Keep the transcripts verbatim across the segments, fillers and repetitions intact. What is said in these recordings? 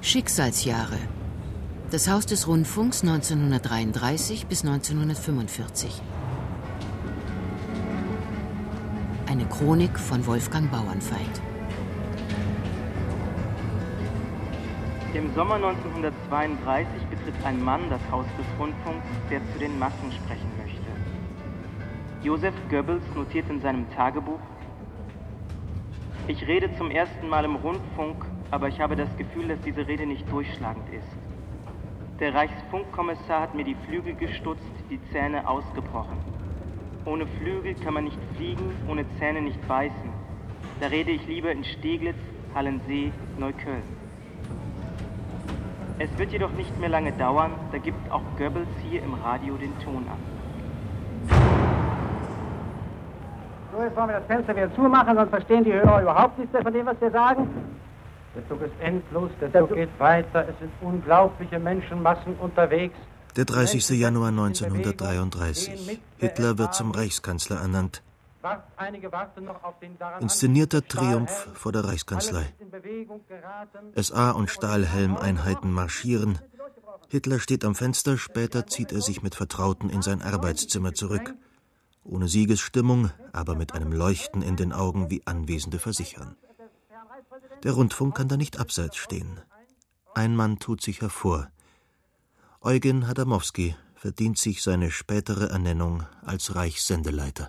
Schicksalsjahre. Das Haus des Rundfunks neunzehnhundertdreiunddreißig bis neunzehnhundertfünfundvierzig. Eine Chronik von Wolfgang Bauernfeind. Im Sommer neunzehnhundertzweiunddreißig betritt ein Mann das Haus des Rundfunks, der zu den Massen sprechen möchte. Joseph Goebbels notiert in seinem Tagebuch: Ich rede zum ersten Mal im Rundfunk, aber ich habe das Gefühl, dass diese Rede nicht durchschlagend ist. Der Reichsfunkkommissar hat mir die Flügel gestutzt, die Zähne ausgebrochen. Ohne Flügel kann man nicht fliegen, ohne Zähne nicht beißen. Da rede ich lieber in Steglitz, Hallensee, Neukölln. Es wird jedoch nicht mehr lange dauern, da gibt auch Goebbels hier im Radio den Ton an. So, jetzt wollen wir das Fenster wieder zumachen, sonst verstehen die Hörer überhaupt nichts mehr von dem, was wir sagen. Der Zug ist endlos, der Zug geht weiter, es sind unglaubliche Menschenmassen unterwegs. Der dreißigste Januar neunzehnhundertdreiunddreißig. Hitler wird zum Reichskanzler ernannt. Inszenierter Triumph vor der Reichskanzlei. S A- und Stahlhelmeinheiten marschieren. Hitler steht am Fenster, später zieht er sich mit Vertrauten in sein Arbeitszimmer zurück. Ohne Siegesstimmung, aber mit einem Leuchten in den Augen, wie Anwesende versichern. Der Rundfunk kann da nicht abseits stehen. Ein Mann tut sich hervor. Eugen Hadamowski verdient sich seine spätere Ernennung als Reichssendeleiter.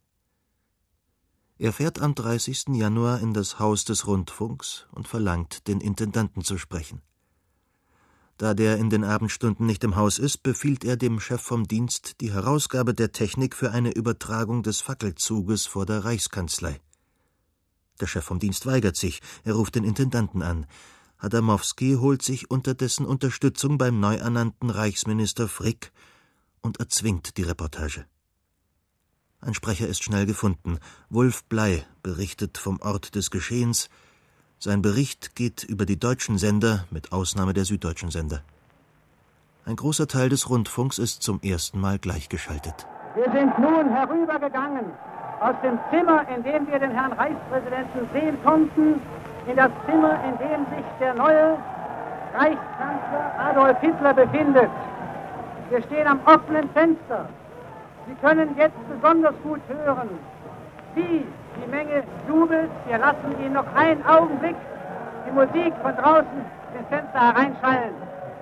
Er fährt am dreißigsten Januar in das Haus des Rundfunks und verlangt, den Intendanten zu sprechen. Da der in den Abendstunden nicht im Haus ist, befiehlt er dem Chef vom Dienst die Herausgabe der Technik für eine Übertragung des Fackelzuges vor der Reichskanzlei. Der Chef vom Dienst weigert sich, er ruft den Intendanten an. Hadamowski holt sich unterdessen Unterstützung beim neu ernannten Reichsminister Frick und erzwingt die Reportage. Ein Sprecher ist schnell gefunden. Wulf Bley berichtet vom Ort des Geschehens. Sein Bericht geht über die deutschen Sender, mit Ausnahme der süddeutschen Sender. Ein großer Teil des Rundfunks ist zum ersten Mal gleichgeschaltet. Wir sind nun herübergegangen aus dem Zimmer, in dem wir den Herrn Reichspräsidenten sehen konnten, in das Zimmer, in dem sich der neue Reichskanzler Adolf Hitler befindet. Wir stehen am offenen Fenster. Sie können jetzt besonders gut hören, wie die Menge jubelt. Wir lassen Ihnen noch einen Augenblick die Musik von draußen ins Fenster hereinschallen.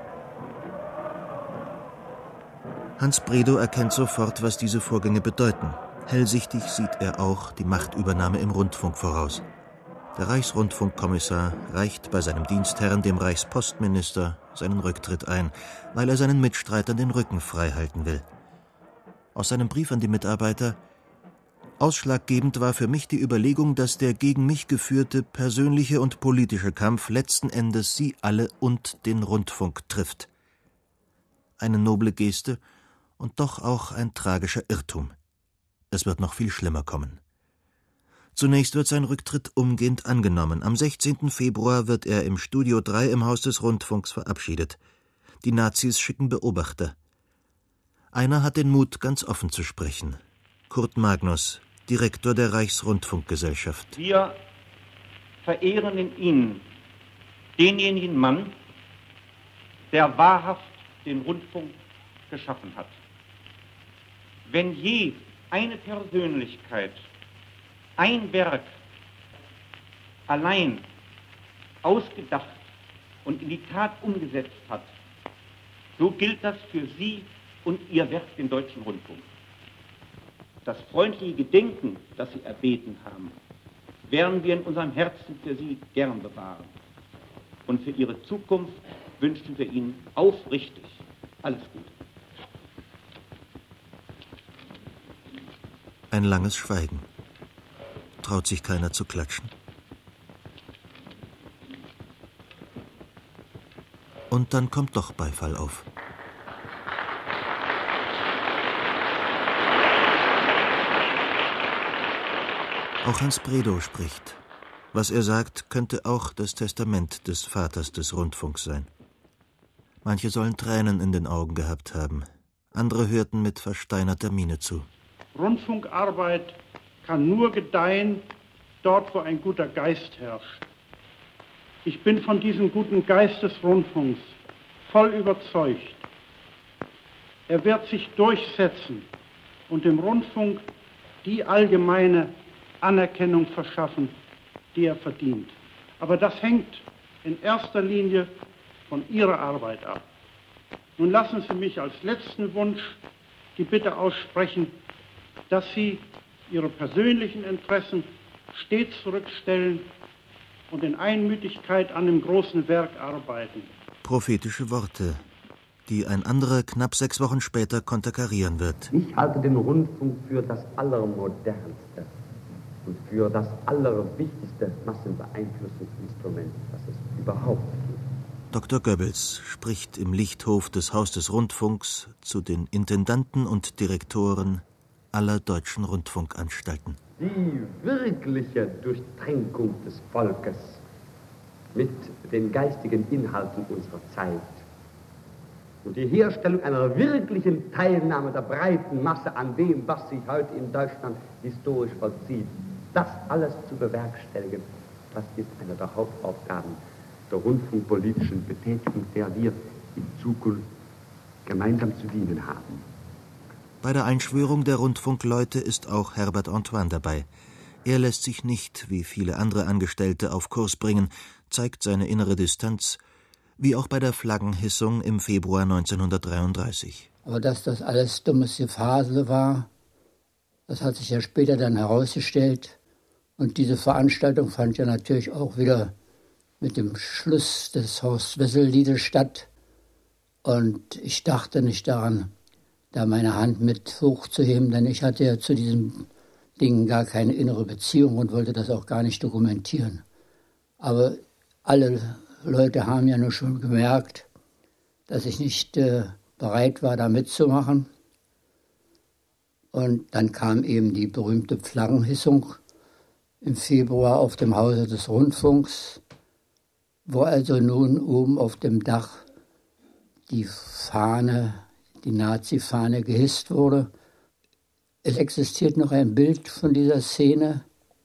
Hans Bredow erkennt sofort, was diese Vorgänge bedeuten. Hellsichtig sieht er auch die Machtübernahme im Rundfunk voraus. Der Reichsrundfunkkommissar reicht bei seinem Dienstherrn, dem Reichspostminister, seinen Rücktritt ein, weil er seinen Mitstreitern den Rücken frei halten will. Aus seinem Brief an die Mitarbeiter: Ausschlaggebend war für mich die Überlegung, dass der gegen mich geführte persönliche und politische Kampf letzten Endes Sie alle und den Rundfunk trifft. Eine noble Geste und doch auch ein tragischer Irrtum. Es wird noch viel schlimmer kommen. Zunächst wird sein Rücktritt umgehend angenommen. Am sechzehnten Februar wird er im Studio drei im Haus des Rundfunks verabschiedet. Die Nazis schicken Beobachter. Einer hat den Mut, ganz offen zu sprechen. Kurt Magnus, Direktor der Reichsrundfunkgesellschaft. Wir verehren in Ihnen denjenigen Mann, der wahrhaft den Rundfunk geschaffen hat. Wenn je eine Persönlichkeit ein Werk allein ausgedacht und in die Tat umgesetzt hat, so gilt das für Sie und Ihr Werk, den Deutschen Rundfunk. Das freundliche Gedenken, das Sie erbeten haben, werden wir in unserem Herzen für Sie gern bewahren. Und für Ihre Zukunft wünschen wir Ihnen aufrichtig alles Gute. Ein langes Schweigen. Traut sich keiner zu klatschen. Und dann kommt doch Beifall auf. Auch Hans Bredow spricht. Was er sagt, könnte auch das Testament des Vaters des Rundfunks sein. Manche sollen Tränen in den Augen gehabt haben. Andere hörten mit versteinerter Miene zu. Rundfunkarbeit kann nur gedeihen, dort, wo ein guter Geist herrscht. Ich bin von diesem guten Geist des Rundfunks voll überzeugt. Er wird sich durchsetzen und dem Rundfunk die allgemeine Anerkennung verschaffen, die er verdient. Aber das hängt in erster Linie von Ihrer Arbeit ab. Nun lassen Sie mich als letzten Wunsch die Bitte aussprechen, dass Sie Ihre persönlichen Interessen stets zurückstellen und in Einmütigkeit an dem großen Werk arbeiten. Prophetische Worte, die ein anderer knapp sechs Wochen später konterkarieren wird. Ich halte den Rundfunk für das Allermodernste und für das allerwichtigste Massenbeeinflussungsinstrument, das es überhaupt gibt. Doktor Goebbels spricht im Lichthof des Haus des Rundfunks zu den Intendanten und Direktoren aller deutschen Rundfunkanstalten. Die wirkliche Durchtränkung des Volkes mit den geistigen Inhalten unserer Zeit und die Herstellung einer wirklichen Teilnahme der breiten Masse an dem, was sich heute in Deutschland historisch vollzieht, das alles zu bewerkstelligen, das ist eine der Hauptaufgaben der rundfunkpolitischen Betätigung, der wir in Zukunft gemeinsam zu dienen haben. Bei der Einschwörung der Rundfunkleute ist auch Herbert Antoine dabei. Er lässt sich nicht, wie viele andere Angestellte, auf Kurs bringen, zeigt seine innere Distanz, wie auch bei der Flaggenhissung im Februar neunzehnhundertdreiunddreißig. Aber dass das alles dummes Gefasel war, das hat sich ja später dann herausgestellt. Und diese Veranstaltung fand ja natürlich auch wieder mit dem Schluss des Horst-Wessel-Liedes statt. Und ich dachte nicht daran, da meine Hand mit hochzuheben, denn ich hatte ja zu diesem Ding gar keine innere Beziehung und wollte das auch gar nicht dokumentieren. Aber alle Leute haben ja nur schon gemerkt, dass ich nicht äh, bereit war, da mitzumachen. Und dann kam eben die berühmte Flaggenhissung im Februar auf dem Hause des Rundfunks, wo also nun oben auf dem Dach die Fahne, die Nazi-Fahne gehisst wurde. Es existiert noch ein Bild von dieser Szene,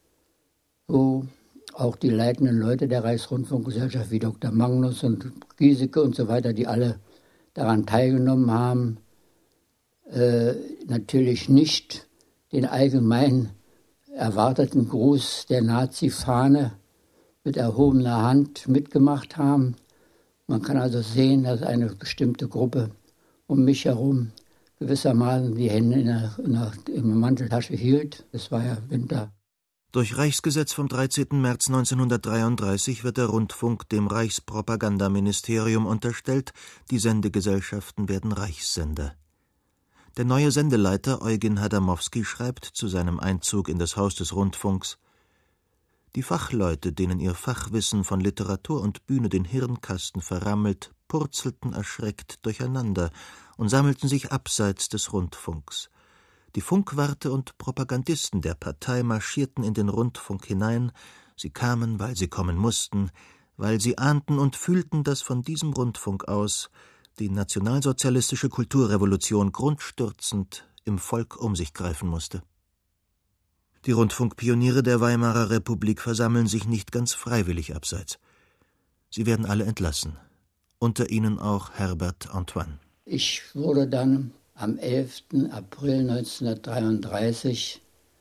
wo auch die leitenden Leute der Reichsrundfunkgesellschaft wie Doktor Magnus und Giesecke und so weiter, die alle daran teilgenommen haben, äh, natürlich nicht den allgemein erwarteten Gruß der Nazi-Fahne mit erhobener Hand mitgemacht haben. Man kann also sehen, dass eine bestimmte Gruppe um mich herum gewissermaßen die Hände in der, in der, in der Manteltasche hielt. Es war ja Winter. Durch Reichsgesetz vom dreizehnten März neunzehnhundertdreiunddreißig wird der Rundfunk dem Reichspropagandaministerium unterstellt, die Sendegesellschaften werden Reichssender. Der neue Sendeleiter Eugen Hadamowski schreibt zu seinem Einzug in das Haus des Rundfunks: Die Fachleute, denen ihr Fachwissen von Literatur und Bühne den Hirnkasten verrammelt, purzelten erschreckt durcheinander und sammelten sich abseits des Rundfunks. Die Funkwarte und Propagandisten der Partei marschierten in den Rundfunk hinein, sie kamen, weil sie kommen mussten, weil sie ahnten und fühlten, dass von diesem Rundfunk aus die nationalsozialistische Kulturrevolution grundstürzend im Volk um sich greifen musste. Die Rundfunkpioniere der Weimarer Republik versammeln sich nicht ganz freiwillig abseits. Sie werden alle entlassen, unter ihnen auch Herbert Antoine. Ich wurde dann am elften April neunzehnhundertdreiunddreißig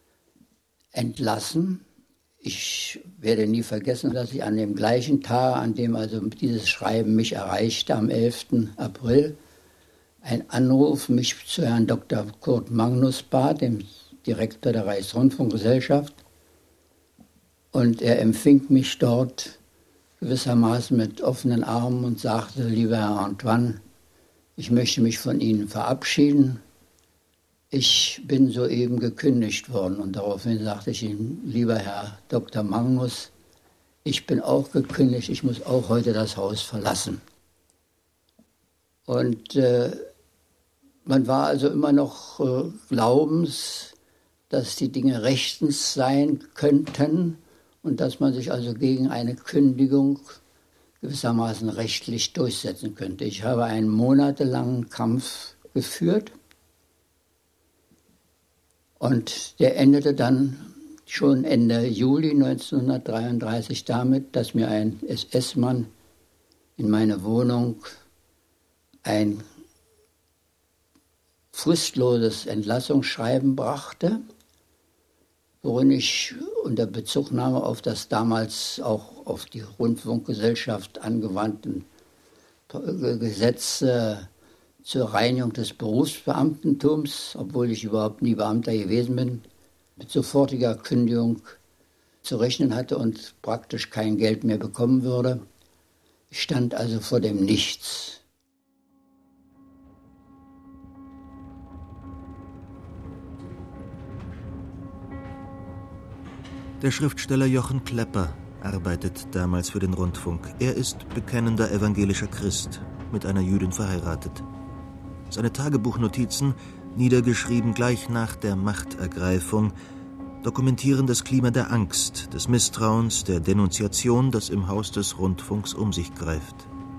entlassen. Ich werde nie vergessen, dass ich an dem gleichen Tag, an dem also dieses Schreiben mich erreichte, am elften April, ein Anruf mich zu Herrn Doktor Kurt Magnus bat, dem Direktor der Reichsrundfunkgesellschaft. Und er empfing mich dort gewissermaßen mit offenen Armen und sagte: Lieber Herr Antoine, ich möchte mich von Ihnen verabschieden. Ich bin soeben gekündigt worden. Und daraufhin sagte ich ihm: Lieber Herr Doktor Magnus, ich bin auch gekündigt, ich muss auch heute das Haus verlassen. Und äh, man war also immer noch äh, glaubens, dass die Dinge rechtens sein könnten und dass man sich also gegen eine Kündigung gewissermaßen rechtlich durchsetzen könnte. Ich habe einen monatelangen Kampf geführt und der endete dann schon Ende Juli neunzehnhundertdreiunddreißig damit, dass mir ein S S-Mann in meine Wohnung ein fristloses Entlassungsschreiben brachte, worin ich unter Bezugnahme auf das damals auch auf die Rundfunkgesellschaft angewandten Gesetze zur Reinigung des Berufsbeamtentums, obwohl ich überhaupt nie Beamter gewesen bin, mit sofortiger Kündigung zu rechnen hatte und praktisch kein Geld mehr bekommen würde. Ich stand also vor dem Nichts. Der Schriftsteller Jochen Klepper arbeitet damals für den Rundfunk. Er ist bekennender evangelischer Christ, mit einer Jüdin verheiratet. Seine Tagebuchnotizen, niedergeschrieben gleich nach der Machtergreifung, dokumentieren das Klima der Angst, des Misstrauens, der Denunziation, das im Haus des Rundfunks um sich greift.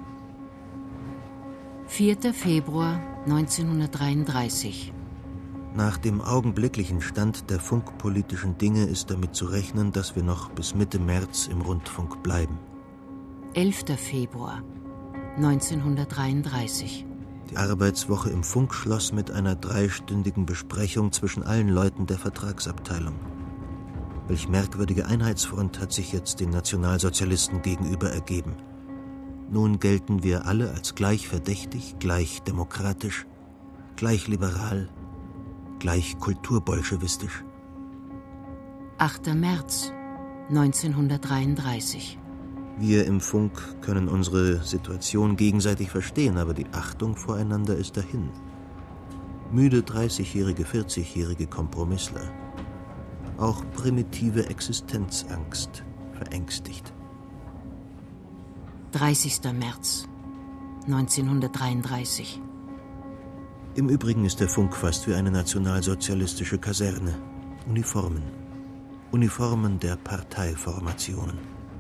vierter Februar neunzehnhundertdreiunddreißig. Nach dem augenblicklichen Stand der funkpolitischen Dinge ist damit zu rechnen, dass wir noch bis Mitte März im Rundfunk bleiben. elfter Februar neunzehnhundertdreiunddreißig. Die Arbeitswoche im Funk schloss mit einer dreistündigen Besprechung zwischen allen Leuten der Vertragsabteilung. Welch merkwürdige Einheitsfront hat sich jetzt den Nationalsozialisten gegenüber ergeben. Nun gelten wir alle als gleich verdächtig, gleich demokratisch, gleich liberal, gleich kulturbolschewistisch. achter März neunzehnhundertdreiunddreißig. Wir im Funk können unsere Situation gegenseitig verstehen, aber die Achtung voreinander ist dahin. Müde dreißigjährige, vierzigjährige Kompromissler. Auch primitive Existenzangst verängstigt. dreißigster März neunzehnhundertdreiunddreißig. Im Übrigen ist der Funk fast wie eine nationalsozialistische Kaserne. Uniformen. Uniformen der Parteiformationen.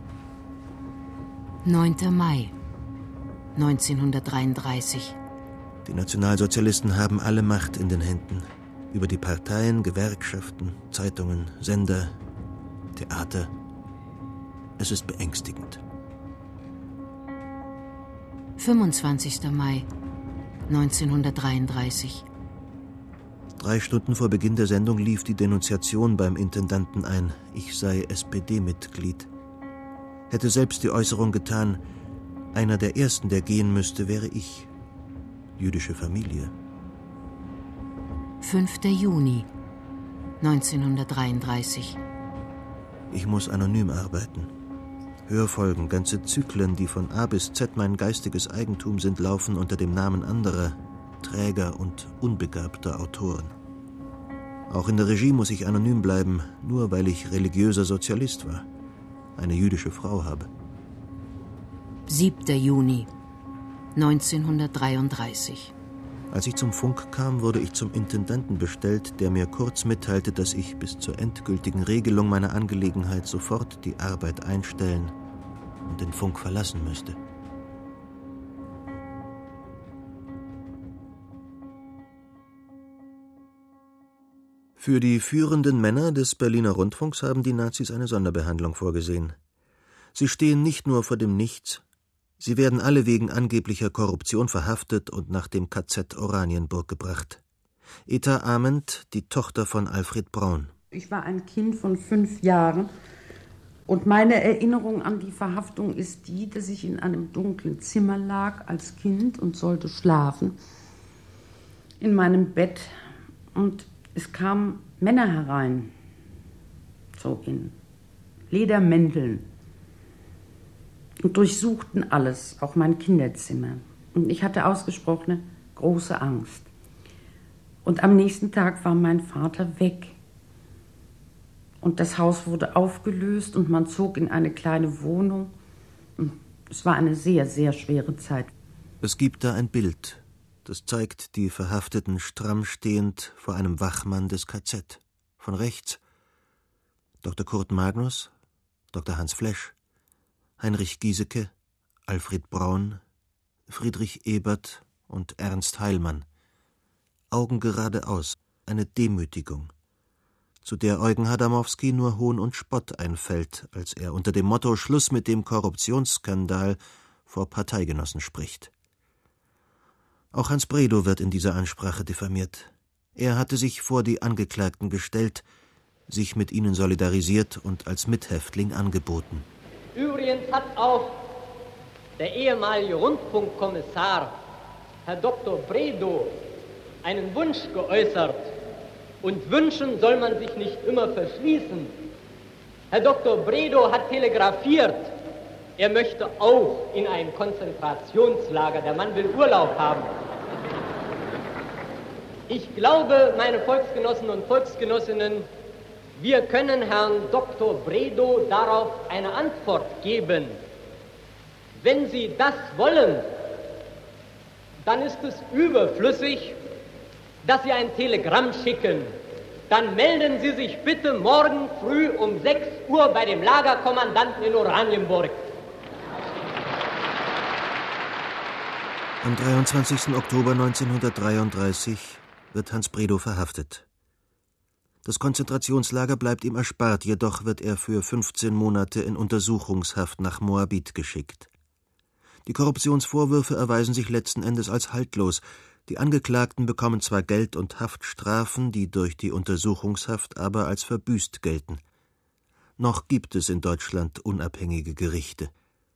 neunter Mai neunzehnhundertdreiunddreißig. Die Nationalsozialisten haben alle Macht in den Händen. Über die Parteien, Gewerkschaften, Zeitungen, Sender, Theater. Es ist beängstigend. fünfundzwanzigster Mai neunzehnhundertdreiunddreißig. Drei Stunden vor Beginn der Sendung lief die Denunziation beim Intendanten ein. Ich sei S P D-Mitglied. Hätte selbst die Äußerung getan, einer der Ersten, der gehen müsste, wäre ich. Jüdische Familie. fünfter Juni neunzehnhundertdreiunddreißig. Ich muss anonym arbeiten. Hörfolgen, ganze Zyklen, die von A bis Z mein geistiges Eigentum sind, laufen unter dem Namen anderer, träger und unbegabter Autoren. Auch in der Regie muss ich anonym bleiben, nur weil ich religiöser Sozialist war, eine jüdische Frau habe. siebter Juni neunzehnhundertdreiunddreißig. Als ich zum Funk kam, wurde ich zum Intendanten bestellt, der mir kurz mitteilte, dass ich bis zur endgültigen Regelung meiner Angelegenheit sofort die Arbeit einstellen und den Funk verlassen müsste. Für die führenden Männer des Berliner Rundfunks haben die Nazis eine Sonderbehandlung vorgesehen. Sie stehen nicht nur vor dem Nichts, sie werden alle wegen angeblicher Korruption verhaftet und nach dem K Z Oranienburg gebracht. Eta Ament, die Tochter von Alfred Braun. Ich war ein Kind von fünf Jahren und meine Erinnerung an die Verhaftung ist die, dass ich in einem dunklen Zimmer lag als Kind und sollte schlafen in meinem Bett und es kamen Männer herein, so in Ledermänteln und durchsuchten alles, auch mein Kinderzimmer. Und ich hatte ausgesprochene große Angst. Und am nächsten Tag war mein Vater weg. Und das Haus wurde aufgelöst und man zog in eine kleine Wohnung. Und es war eine sehr, sehr schwere Zeit. Es gibt da ein Bild. Das zeigt die Verhafteten stramm stehend vor einem Wachmann des K Z. Von rechts Doktor Kurt Magnus, Doktor Hans Flesch, Heinrich Giesecke, Alfred Braun, Friedrich Ebert und Ernst Heilmann. Augen geradeaus, eine Demütigung. zu der Eugen Hadamowski nur Hohn und Spott einfällt, als er unter dem Motto »Schluss mit dem Korruptionsskandal« vor Parteigenossen spricht. Auch Hans Bredow wird in dieser Ansprache diffamiert. Er hatte sich vor die Angeklagten gestellt, sich mit ihnen solidarisiert und als Mithäftling angeboten. Übrigens hat auch der ehemalige Rundfunkkommissar, Herr Doktor Bredow, einen Wunsch geäußert. Und wünschen soll man sich nicht immer verschließen. Herr Doktor Bredow hat telegrafiert, er möchte auch in ein Konzentrationslager. Der Mann will Urlaub haben. Ich glaube, meine Volksgenossen und Volksgenossinnen, wir können Herrn Doktor Bredow darauf eine Antwort geben. Wenn Sie das wollen, dann ist es überflüssig, dass Sie ein Telegramm schicken. Dann melden Sie sich bitte morgen früh um sechs Uhr bei dem Lagerkommandanten in Oranienburg. Am dreiundzwanzigsten Oktober neunzehnhundertdreiunddreißig wird Hans Bredow verhaftet. Das Konzentrationslager bleibt ihm erspart, jedoch wird er für fünfzehn Monate in Untersuchungshaft nach Moabit geschickt. Die Korruptionsvorwürfe erweisen sich letzten Endes als haltlos. Die Angeklagten bekommen zwar Geld- und Haftstrafen, die durch die Untersuchungshaft aber als verbüßt gelten. Noch gibt es in Deutschland unabhängige Gerichte.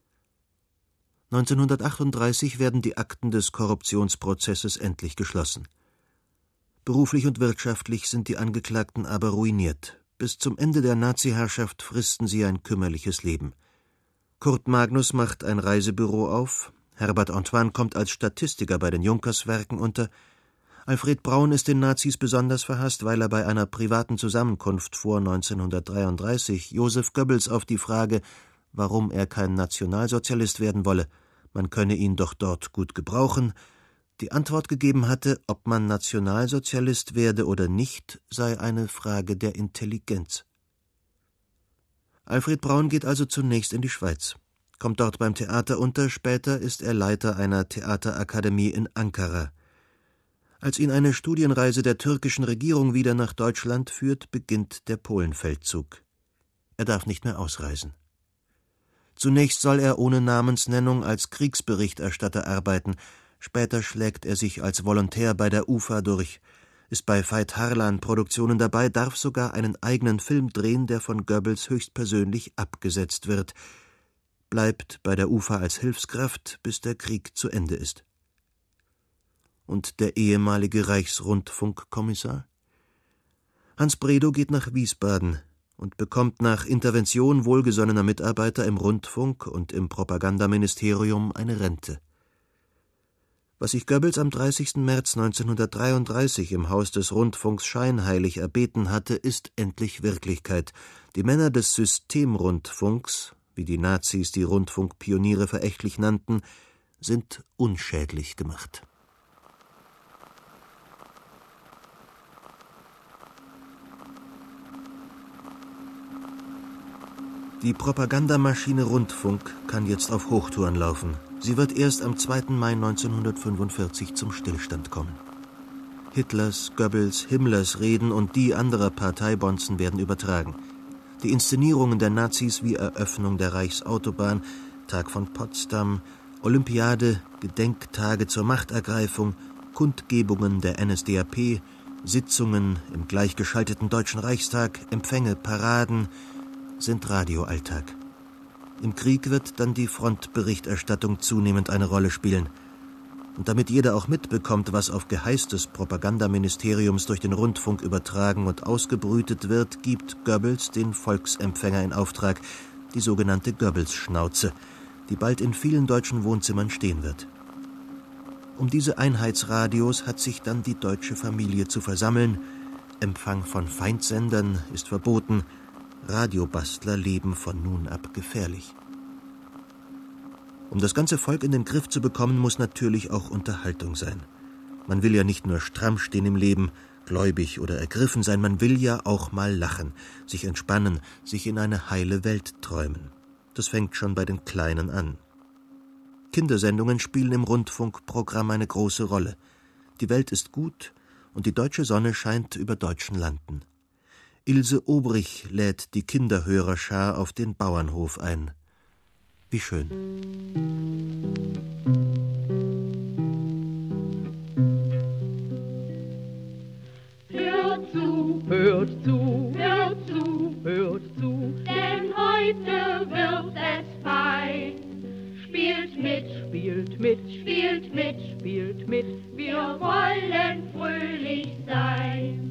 neunzehnhundertachtunddreißig werden die Akten des Korruptionsprozesses endlich geschlossen. Beruflich und wirtschaftlich sind die Angeklagten aber ruiniert. Bis zum Ende der Nazi-Herrschaft fristen sie ein kümmerliches Leben. Kurt Magnus macht ein Reisebüro auf, Herbert Antoine kommt als Statistiker bei den Junkerswerken unter, Alfred Braun ist den Nazis besonders verhasst, weil er bei einer privaten Zusammenkunft vor neunzehnhundertdreiunddreißig Joseph Goebbels auf die Frage, warum er kein Nationalsozialist werden wolle, man könne ihn doch dort gut gebrauchen, die Antwort gegeben hatte, ob man Nationalsozialist werde oder nicht, sei eine Frage der Intelligenz. Alfred Braun geht also zunächst in die Schweiz, kommt dort beim Theater unter, später ist er Leiter einer Theaterakademie in Ankara. Als ihn eine Studienreise der türkischen Regierung wieder nach Deutschland führt, beginnt der Polenfeldzug. Er darf nicht mehr ausreisen. Zunächst soll er ohne Namensnennung als Kriegsberichterstatter arbeiten, später schlägt er sich als Volontär bei der U F A durch, ist bei Veit Harlan-Produktionen dabei, darf sogar einen eigenen Film drehen, der von Goebbels höchstpersönlich abgesetzt wird, bleibt bei der U F A als Hilfskraft, bis der Krieg zu Ende ist. Und der ehemalige Reichsrundfunkkommissar? Hans Bredow geht nach Wiesbaden und bekommt nach Intervention wohlgesonnener Mitarbeiter im Rundfunk und im Propagandaministerium eine Rente. Was sich Goebbels am dreißigsten März neunzehnhundertdreiunddreißig im Haus des Rundfunks scheinheilig erbeten hatte, ist endlich Wirklichkeit. Die Männer des Systemrundfunks, wie die Nazis die Rundfunkpioniere verächtlich nannten, sind unschädlich gemacht. Die Propagandamaschine Rundfunk kann jetzt auf Hochtouren laufen. Sie wird erst am zweiten Mai neunzehnhundertfünfundvierzig zum Stillstand kommen. Hitlers, Goebbels, Himmlers Reden und die anderer Parteibonzen werden übertragen. Die Inszenierungen der Nazis wie Eröffnung der Reichsautobahn, Tag von Potsdam, Olympiade, Gedenktage zur Machtergreifung, Kundgebungen der N S D A P, Sitzungen im gleichgeschalteten Deutschen Reichstag, Empfänge, Paraden sind Radioalltag. Im Krieg wird dann die Frontberichterstattung zunehmend eine Rolle spielen. Und damit jeder auch mitbekommt, was auf Geheiß des Propagandaministeriums durch den Rundfunk übertragen und ausgebrütet wird, gibt Goebbels den Volksempfänger in Auftrag, die sogenannte Goebbels-Schnauze, die bald in vielen deutschen Wohnzimmern stehen wird. Um diese Einheitsradios hat sich dann die deutsche Familie zu versammeln. Empfang von Feindsendern ist verboten. Radiobastler leben von nun ab gefährlich. Um das ganze Volk in den Griff zu bekommen, muss natürlich auch Unterhaltung sein. Man will ja nicht nur stramm stehen im Leben, gläubig oder ergriffen sein, man will ja auch mal lachen, sich entspannen, sich in eine heile Welt träumen. Das fängt schon bei den Kleinen an. Kindersendungen spielen im Rundfunkprogramm eine große Rolle. Die Welt ist gut und die deutsche Sonne scheint über deutschen Landen. Ilse Obrich lädt die Kinderhörerschar auf den Bauernhof ein. Wie schön. Hört zu, hört zu, hört zu, hört zu, denn heute wird es fein. Spielt mit, spielt mit, spielt mit, spielt mit, wir wollen fröhlich sein.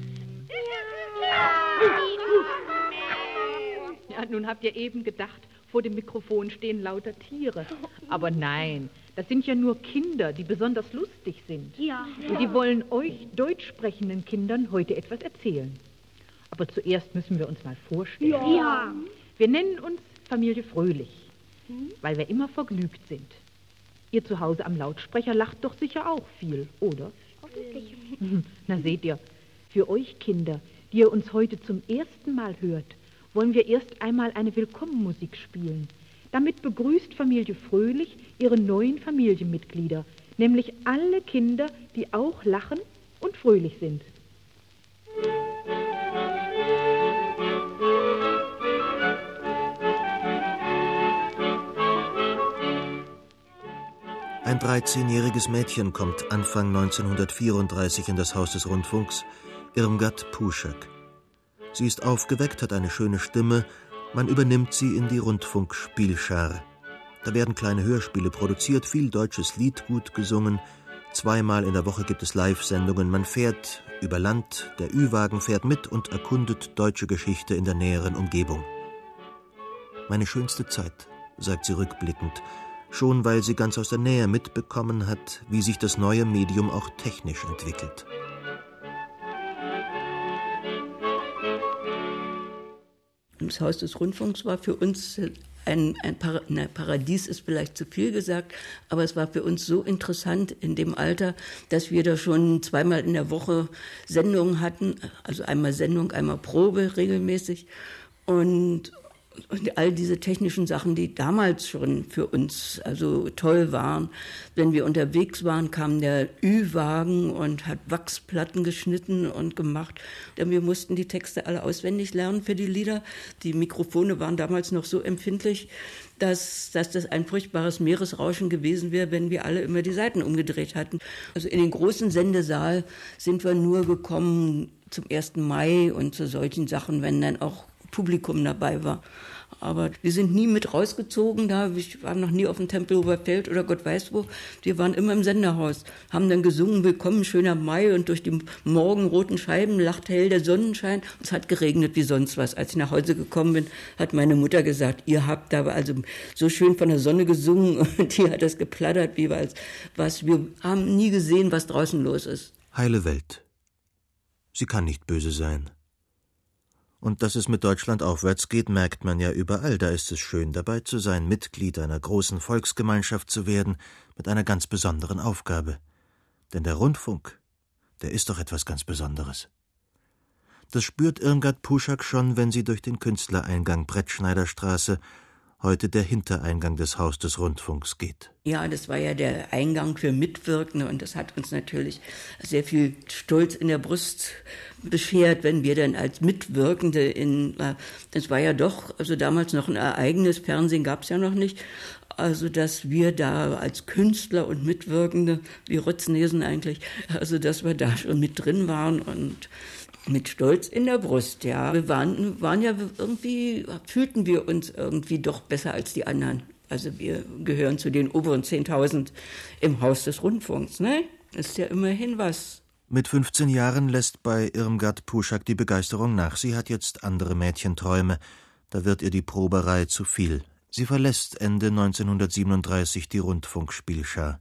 Ja, nun habt ihr eben gedacht, vor dem Mikrofon stehen lauter Tiere. Aber nein, das sind ja nur Kinder, die besonders lustig sind. Ja. Und die wollen euch deutsch sprechenden Kindern heute etwas erzählen. Aber zuerst müssen wir uns mal vorstellen. Ja. Wir nennen uns Familie Fröhlich, weil wir immer vergnügt sind. Ihr zu Hause am Lautsprecher lacht doch sicher auch viel, oder? Hoffentlich. Na seht ihr, für euch Kinder, die ihr uns heute zum ersten Mal hört, wollen wir erst einmal eine Willkommenmusik spielen. Damit begrüßt Familie Fröhlich ihre neuen Familienmitglieder, nämlich alle Kinder, die auch lachen und fröhlich sind. Ein dreizehnjähriges Mädchen kommt Anfang neunzehnhundertvierunddreißig in das Haus des Rundfunks, Irmgard Puschak. Sie ist aufgeweckt, hat eine schöne Stimme, man übernimmt sie in die Rundfunkspielschar. Da werden kleine Hörspiele produziert, viel deutsches Liedgut gesungen, zweimal in der Woche gibt es Live-Sendungen, man fährt über Land, der Ü-Wagen fährt mit und erkundet deutsche Geschichte in der näheren Umgebung. Meine schönste Zeit, sagt sie rückblickend, schon weil sie ganz aus der Nähe mitbekommen hat, wie sich das neue Medium auch technisch entwickelt. Das Haus des Rundfunks war für uns ein, ein Par- na, Paradies, ist vielleicht zu viel gesagt, aber es war für uns so interessant in dem Alter, dass wir da schon zweimal in der Woche Sendungen hatten, also einmal Sendung, einmal Probe regelmäßig und Und all diese technischen Sachen, die damals schon für uns also toll waren. Wenn wir unterwegs waren, kam der Ü-Wagen und hat Wachsplatten geschnitten und gemacht. Denn wir mussten die Texte alle auswendig lernen für die Lieder. Die Mikrofone waren damals noch so empfindlich, dass, dass das ein furchtbares Meeresrauschen gewesen wäre, wenn wir alle immer die Seiten umgedreht hatten. Also in den großen Sendesaal sind wir nur gekommen zum ersten Mai und zu solchen Sachen, wenn dann auch Publikum dabei war. Aber wir sind nie mit rausgezogen, da wir waren noch nie auf dem Tempelhofer Feld oder Gott weiß wo. Wir waren immer im Senderhaus, haben dann gesungen, willkommen, schöner Mai und durch die morgenroten Scheiben lacht hell der Sonnenschein. Es hat geregnet wie sonst was. Als ich nach Hause gekommen bin, hat meine Mutter gesagt, ihr habt da also so schön von der Sonne gesungen und hier hat es geplattert, wie was, was. Wir haben nie gesehen, was draußen los ist. Heile Welt. Sie kann nicht böse sein. Und dass es mit Deutschland aufwärts geht, merkt man ja überall. Da ist es schön, dabei zu sein, Mitglied einer großen Volksgemeinschaft zu werden, mit einer ganz besonderen Aufgabe. Denn der Rundfunk, der ist doch etwas ganz Besonderes. Das spürt Irmgard Puschak schon, wenn sie durch den Künstlereingang Brettschneiderstraße, heute der Hintereingang des Haus des Rundfunks, geht. Ja, das war ja der Eingang für Mitwirkende und das hat uns natürlich sehr viel Stolz in der Brust beschert, wenn wir dann als Mitwirkende in, das war ja doch, also damals noch ein Ereignis, Fernsehen gab es ja noch nicht, also dass wir da als Künstler und Mitwirkende, wie Rotznesen eigentlich, also dass wir da schon mit drin waren und mit Stolz in der Brust, ja. Wir waren, waren ja irgendwie, fühlten wir uns irgendwie doch besser als die anderen. Also wir gehören zu den oberen zehntausend im Haus des Rundfunks, ne? Ist ja immerhin was. Mit fünfzehn Jahren lässt bei Irmgard Puschak die Begeisterung nach. Sie hat jetzt andere Mädchenträume. Da wird ihr die Proberei zu viel. Sie verlässt Ende neunzehnhundertsiebenunddreißig die Rundfunkspielschar.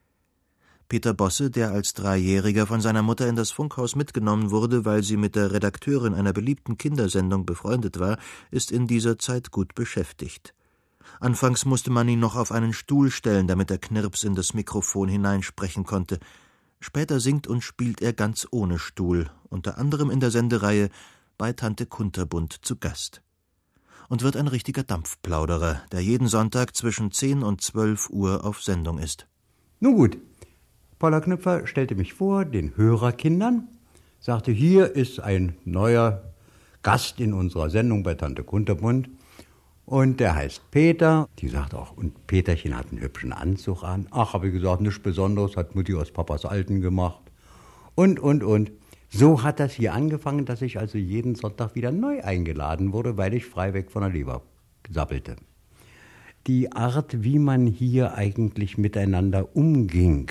Peter Bosse, der als Dreijähriger von seiner Mutter in das Funkhaus mitgenommen wurde, weil sie mit der Redakteurin einer beliebten Kindersendung befreundet war, ist in dieser Zeit gut beschäftigt. Anfangs musste man ihn noch auf einen Stuhl stellen, damit er Knirps in das Mikrofon hineinsprechen konnte. Später singt und spielt er ganz ohne Stuhl, unter anderem in der Sendereihe bei Tante Kunterbunt zu Gast. Und wird ein richtiger Dampfplauderer, der jeden Sonntag zwischen zehn und zwölf Uhr auf Sendung ist. Nun gut. Paula Knüpfer stellte mich vor, den Hörerkindern, sagte, hier ist ein neuer Gast in unserer Sendung bei Tante Kunterbunt. Und der heißt Peter. Die sagt auch, und Peterchen hat einen hübschen Anzug an. Ach, habe ich gesagt, nichts Besonderes, hat Mutti aus Papas Alten gemacht. Und, und, und. So hat das hier angefangen, dass ich also jeden Sonntag wieder neu eingeladen wurde, weil ich frei weg von der Leber sappelte. Die Art, wie man hier eigentlich miteinander umging,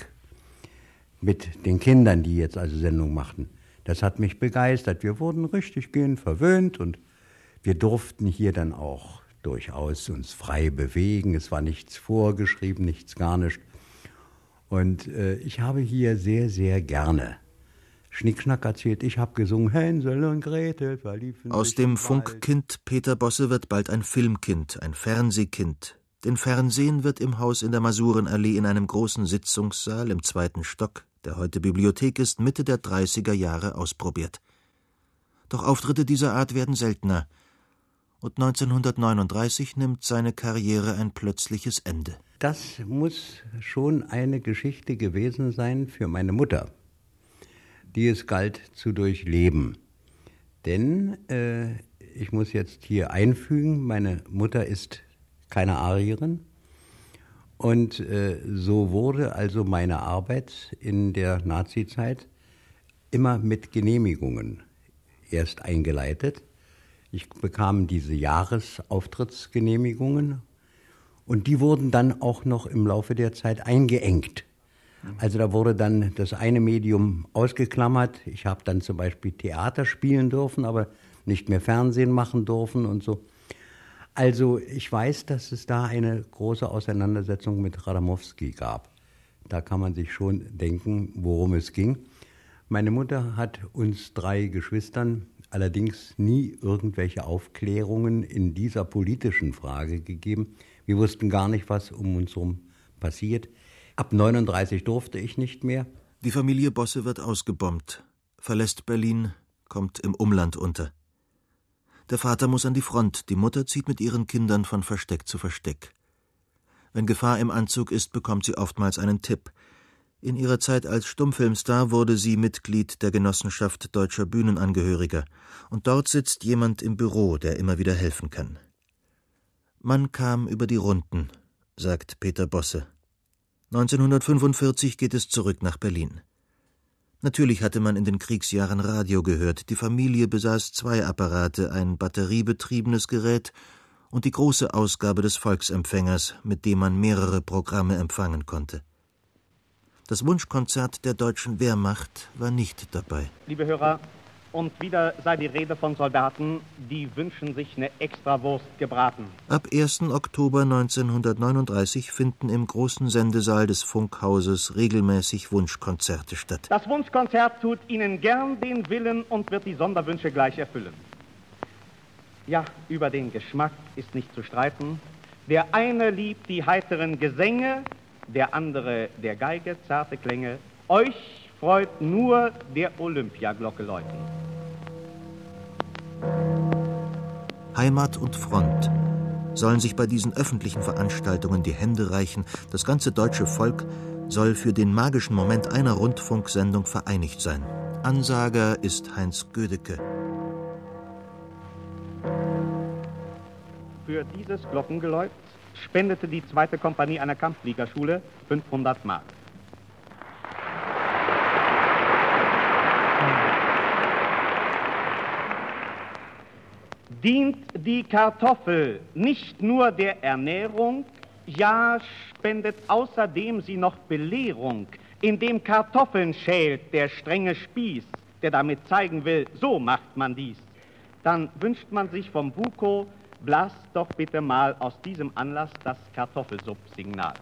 mit den Kindern, die jetzt also Sendung machten, das hat mich begeistert. Wir wurden richtig gehend verwöhnt und wir durften hier dann auch durchaus uns frei bewegen. Es war nichts vorgeschrieben, nichts gar nicht. Und äh, ich habe hier sehr, sehr gerne Schnickschnack erzählt. Ich habe gesungen, Hänsel und Gretel verliefen. Aus dem Funkkind Peter Bosse wird bald ein Filmkind, ein Fernsehkind. Denn Fernsehen wird im Haus in der Masurenallee in einem großen Sitzungssaal im zweiten Stock, der heute Bibliothek ist, Mitte der dreißiger Jahre ausprobiert. Doch Auftritte dieser Art werden seltener. Und neunzehnhundertneununddreißig nimmt seine Karriere ein plötzliches Ende. Das muss schon eine Geschichte gewesen sein für meine Mutter, die es galt zu durchleben. Denn, äh, ich muss jetzt hier einfügen, meine Mutter ist keine Arierin. Und äh, so wurde also meine Arbeit in der Nazizeit immer mit Genehmigungen erst eingeleitet. Ich bekam diese Jahresauftrittsgenehmigungen und die wurden dann auch noch im Laufe der Zeit eingeengt. Also da wurde dann das eine Medium ausgeklammert. Ich habe dann zum Beispiel Theater spielen dürfen, aber nicht mehr Fernsehen machen dürfen und so. Also ich weiß, dass es da eine große Auseinandersetzung mit Radamowski gab. Da kann man sich schon denken, worum es ging. Meine Mutter hat uns drei Geschwistern allerdings nie irgendwelche Aufklärungen in dieser politischen Frage gegeben. Wir wussten gar nicht, was um uns herum passiert. Ab neununddreißig durfte ich nicht mehr. Die Familie Bosse wird ausgebombt, verlässt Berlin, kommt im Umland unter. Der Vater muss an die Front, die Mutter zieht mit ihren Kindern von Versteck zu Versteck. Wenn Gefahr im Anzug ist, bekommt sie oftmals einen Tipp. In ihrer Zeit als Stummfilmstar wurde sie Mitglied der Genossenschaft Deutscher Bühnenangehöriger. Und dort sitzt jemand im Büro, der immer wieder helfen kann. Man kam über die Runden, sagt Peter Bosse. neunzehnhundertfünfundvierzig geht es zurück nach Berlin. Natürlich hatte man in den Kriegsjahren Radio gehört. Die Familie besaß zwei Apparate, ein batteriebetriebenes Gerät und die große Ausgabe des Volksempfängers, mit dem man mehrere Programme empfangen konnte. Das Wunschkonzert der deutschen Wehrmacht war nicht dabei. Liebe Hörer, und wieder sei die Rede von Soldaten, die wünschen sich eine Extrawurst gebraten. Ab ersten Oktober neunzehnhundertneununddreißig finden im großen Sendesaal des Funkhauses regelmäßig Wunschkonzerte statt. Das Wunschkonzert tut Ihnen gern den Willen und wird die Sonderwünsche gleich erfüllen. Ja, über den Geschmack ist nicht zu streiten. Der eine liebt die heiteren Gesänge, der andere der Geige zarte Klänge. Euch freut nur der Olympiaglocke läuten. Heimat und Front sollen sich bei diesen öffentlichen Veranstaltungen die Hände reichen. Das ganze deutsche Volk soll für den magischen Moment einer Rundfunksendung vereinigt sein. Ansager ist Heinz Gödecke. Für dieses Glockengeläut spendete die zweite Kompanie einer Kampffliegerschule fünfhundert Mark. Dient die Kartoffel nicht nur der Ernährung, ja, spendet außerdem sie noch Belehrung, indem Kartoffeln schält der strenge Spieß, der damit zeigen will, so macht man dies. Dann wünscht man sich vom Buko, blast doch bitte mal aus diesem Anlass das Kartoffelsupp-Signal.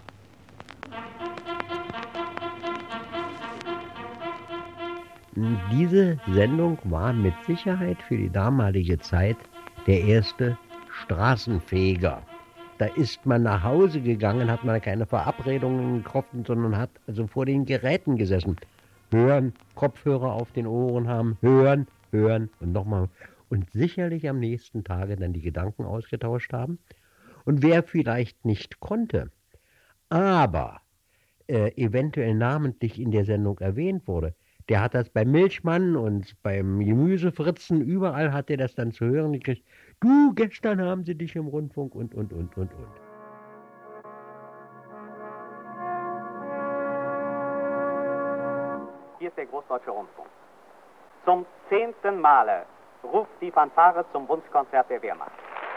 Diese Sendung war mit Sicherheit für die damalige Zeit der erste Straßenfeger. Da ist man nach Hause gegangen, hat man keine Verabredungen getroffen, sondern hat also vor den Geräten gesessen. Hören, Kopfhörer auf den Ohren haben, hören, hören und nochmal. Und sicherlich am nächsten Tage dann die Gedanken ausgetauscht haben. Und wer vielleicht nicht konnte, aber äh, eventuell namentlich in der Sendung erwähnt wurde, Der hat das beim Milchmann und beim Gemüsefritzen, überall hat er das dann zu hören gekriegt. Du, gestern haben sie dich im Rundfunk und, und, und, und, und. Hier ist der Großdeutsche Rundfunk. Zum zehnten Male ruft die Fanfare zum Wunschkonzert der Wehrmacht.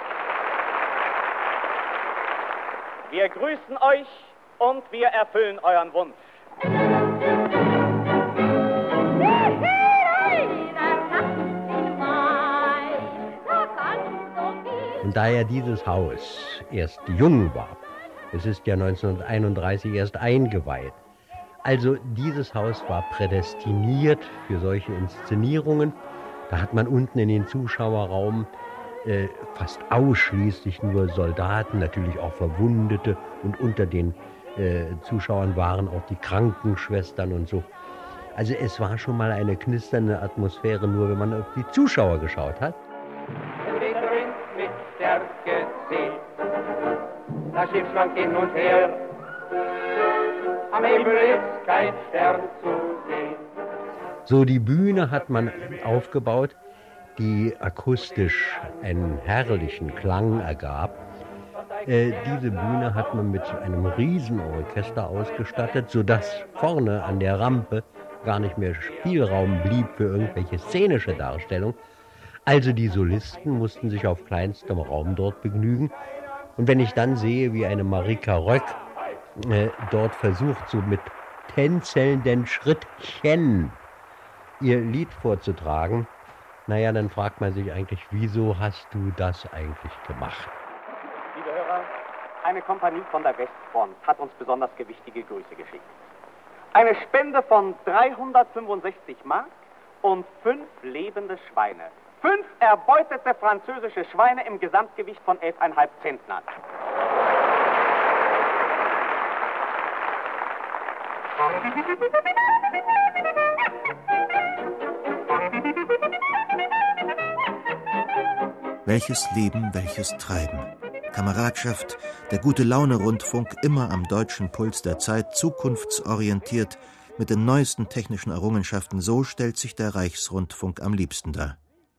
Wir grüßen euch und wir erfüllen euren Wunsch. Und da ja dieses Haus erst jung war, es ist ja neunzehnhunderteinunddreißig erst eingeweiht, also dieses Haus war prädestiniert für solche Inszenierungen. Da hat man unten in den Zuschauerraum äh, fast ausschließlich nur Soldaten, natürlich auch Verwundete, und unter den äh, Zuschauern waren auch die Krankenschwestern und so. Also es war schon mal eine knisternde Atmosphäre, nur wenn man auf die Zuschauer geschaut hat. Der Wind mit Stärke zieht, das Schiff schwankt hin und her, am Himmel ist kein Stern zu sehen. So, die Bühne hat man aufgebaut, die akustisch einen herrlichen Klang ergab. Äh, diese Bühne hat man mit einem Riesenorchester ausgestattet, sodass vorne an der Rampe gar nicht mehr Spielraum blieb für irgendwelche szenische Darstellung. Also die Solisten mussten sich auf kleinstem Raum dort begnügen. Und wenn ich dann sehe, wie eine Marika Röck äh, dort versucht, so mit tänzelnden Schrittchen ihr Lied vorzutragen, naja, dann fragt man sich eigentlich, wieso hast du das eigentlich gemacht? Liebe Hörer, eine Kompanie von der Westfront hat uns besonders gewichtige Grüße geschickt. Eine Spende von dreihundertfünfundsechzig Mark und fünf lebende Schweine. Fünf erbeutete französische Schweine im Gesamtgewicht von elf Komma fünf Zentnern. Welches Leben, welches Treiben. Kameradschaft, der Gute-Laune-Rundfunk, immer am deutschen Puls der Zeit, zukunftsorientiert, mit den neuesten technischen Errungenschaften, so stellt sich der Reichsrundfunk am liebsten dar.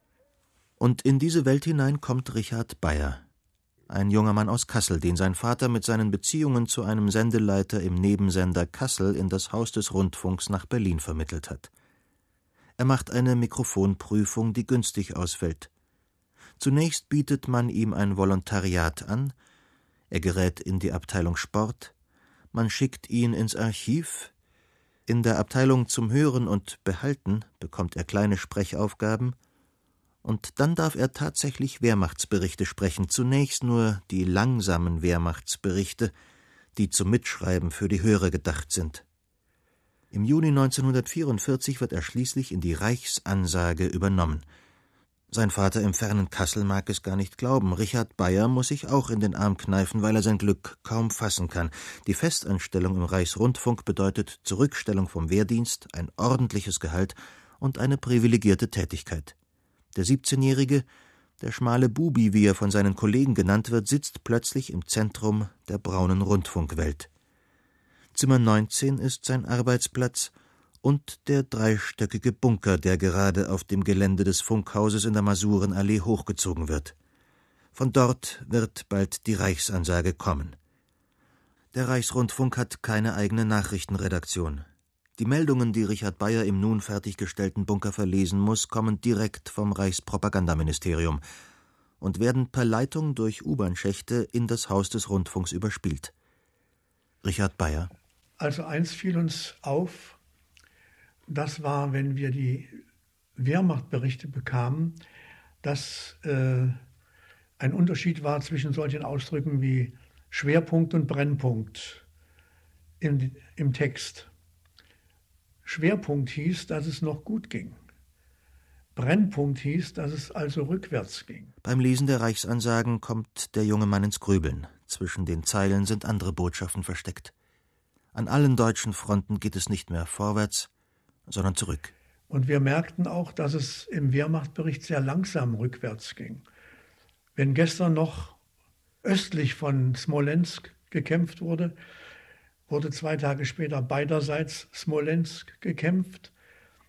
Und in diese Welt hinein kommt Richard Beyer, ein junger Mann aus Kassel, den sein Vater mit seinen Beziehungen zu einem Sendeleiter im Nebensender Kassel in das Haus des Rundfunks nach Berlin vermittelt hat. Er macht eine Mikrofonprüfung, die günstig ausfällt. Zunächst bietet man ihm ein Volontariat an, er gerät in die Abteilung Sport, man schickt ihn ins Archiv, in der Abteilung zum Hören und Behalten bekommt er kleine Sprechaufgaben, und dann darf er tatsächlich Wehrmachtsberichte sprechen, zunächst nur die langsamen Wehrmachtsberichte, die zum Mitschreiben für die Hörer gedacht sind. Im Juni neunzehnhundertvierundvierzig wird er schließlich in die Reichsansage übernommen. Sein Vater im fernen Kassel mag es gar nicht glauben. Richard Beyer muss sich auch in den Arm kneifen, weil er sein Glück kaum fassen kann. Die Festanstellung im Reichsrundfunk bedeutet Zurückstellung vom Wehrdienst, ein ordentliches Gehalt und eine privilegierte Tätigkeit. Der siebzehnjährige, der schmale Bubi, wie er von seinen Kollegen genannt wird, sitzt plötzlich im Zentrum der braunen Rundfunkwelt. Zimmer neunzehn ist sein Arbeitsplatz und der dreistöckige Bunker, der gerade auf dem Gelände des Funkhauses in der Masurenallee hochgezogen wird. Von dort wird bald die Reichsansage kommen. Der Reichsrundfunk hat keine eigene Nachrichtenredaktion. Die Meldungen, die Richard Beyer im nun fertiggestellten Bunker verlesen muss, kommen direkt vom Reichspropagandaministerium und werden per Leitung durch U-Bahn-Schächte in das Haus des Rundfunks überspielt. Richard Beyer. Also eins fiel uns auf, das war, wenn wir die Wehrmachtberichte bekamen, dass äh, ein Unterschied war zwischen solchen Ausdrücken wie Schwerpunkt und Brennpunkt im, im Text. Schwerpunkt hieß, dass es noch gut ging. Brennpunkt hieß, dass es also rückwärts ging. Beim Lesen der Reichsansagen kommt der junge Mann ins Grübeln. Zwischen den Zeilen sind andere Botschaften versteckt. An allen deutschen Fronten geht es nicht mehr vorwärts, sondern zurück. Und wir merkten auch, dass es im Wehrmachtbericht sehr langsam rückwärts ging. Wenn gestern noch östlich von Smolensk gekämpft wurde, wurde zwei Tage später beiderseits Smolensk gekämpft.